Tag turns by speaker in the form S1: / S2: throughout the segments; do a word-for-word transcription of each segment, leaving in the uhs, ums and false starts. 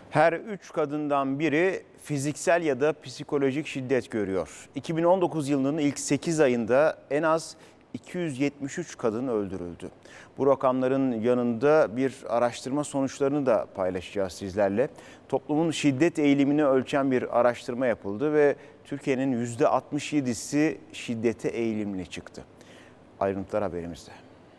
S1: Her üç kadından biri fiziksel ya da psikolojik şiddet görüyor. iki bin on dokuz yılının ilk sekiz ayında en az iki yüz yetmiş üç kadın öldürüldü. Bu rakamların yanında bir araştırma sonuçlarını da paylaşacağız sizlerle. Toplumun şiddet eğilimini ölçen bir araştırma yapıldı ve Türkiye'nin yüzde altmış yedisi şiddete eğilimli çıktı. Ayrıntılar haberimizde.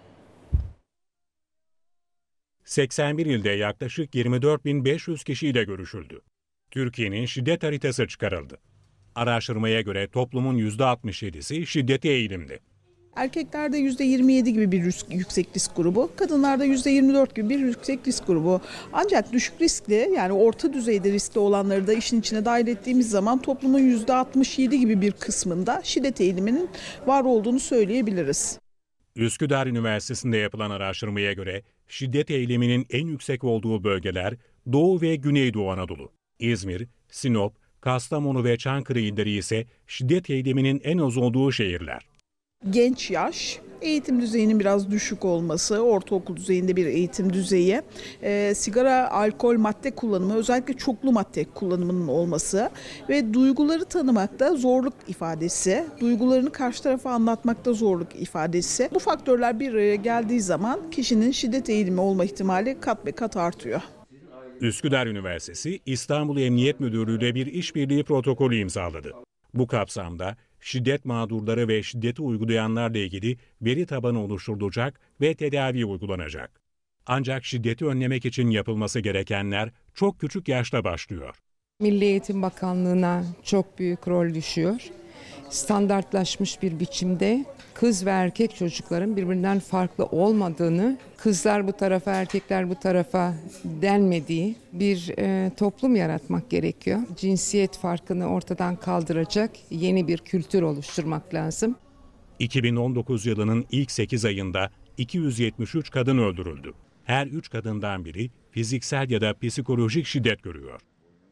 S2: seksen bir ilde yaklaşık yirmi dört bin beş yüz kişiyle görüşüldü. Türkiye'nin şiddet haritası çıkarıldı. Araştırmaya göre toplumun yüzde altmış yedisi şiddete eğilimli.
S3: Erkeklerde yüzde yirmi yedi gibi bir risk, yüksek risk grubu, kadınlarda yüzde yirmi dört gibi bir yüksek risk grubu. Ancak düşük riskli, yani orta düzeyde riskli olanları da işin içine dahil ettiğimiz zaman toplumun yüzde altmış yedi gibi bir kısmında şiddet eğiliminin var olduğunu söyleyebiliriz.
S2: Üsküdar Üniversitesi'nde yapılan araştırmaya göre şiddet eğiliminin en yüksek olduğu bölgeler Doğu ve Güneydoğu Anadolu. İzmir, Sinop, Kastamonu ve Çankırı illeri ise şiddet eğiliminin en az olduğu şehirler.
S3: Genç yaş, eğitim düzeyinin biraz düşük olması, ortaokul düzeyinde bir eğitim düzeyi, e, sigara, alkol, madde kullanımı, özellikle çoklu madde kullanımının olması ve duyguları tanımakta zorluk ifadesi, duygularını karşı tarafa anlatmakta zorluk ifadesi. Bu faktörler bir araya geldiği zaman kişinin şiddet eğilimi olma ihtimali kat be kat artıyor.
S2: Üsküdar Üniversitesi, İstanbul Emniyet Müdürlüğü ile bir işbirliği protokolü imzaladı. Bu kapsamda şiddet mağdurları ve şiddeti uygulayanlarla ilgili veri tabanı oluşturulacak ve tedavi uygulanacak. Ancak şiddeti önlemek için yapılması gerekenler çok küçük yaşta başlıyor.
S4: Milli Eğitim Bakanlığı'na çok büyük rol düşüyor. Standartlaşmış bir biçimde kız ve erkek çocukların birbirinden farklı olmadığını, kızlar bu tarafa, erkekler bu tarafa denmediği bir e, toplum yaratmak gerekiyor. Cinsiyet farkını ortadan kaldıracak yeni bir kültür oluşturmak lazım.
S2: iki bin on dokuz yılının ilk sekiz ayında iki yüz yetmiş üç kadın öldürüldü. Her üç kadından biri fiziksel ya da psikolojik şiddet görüyor.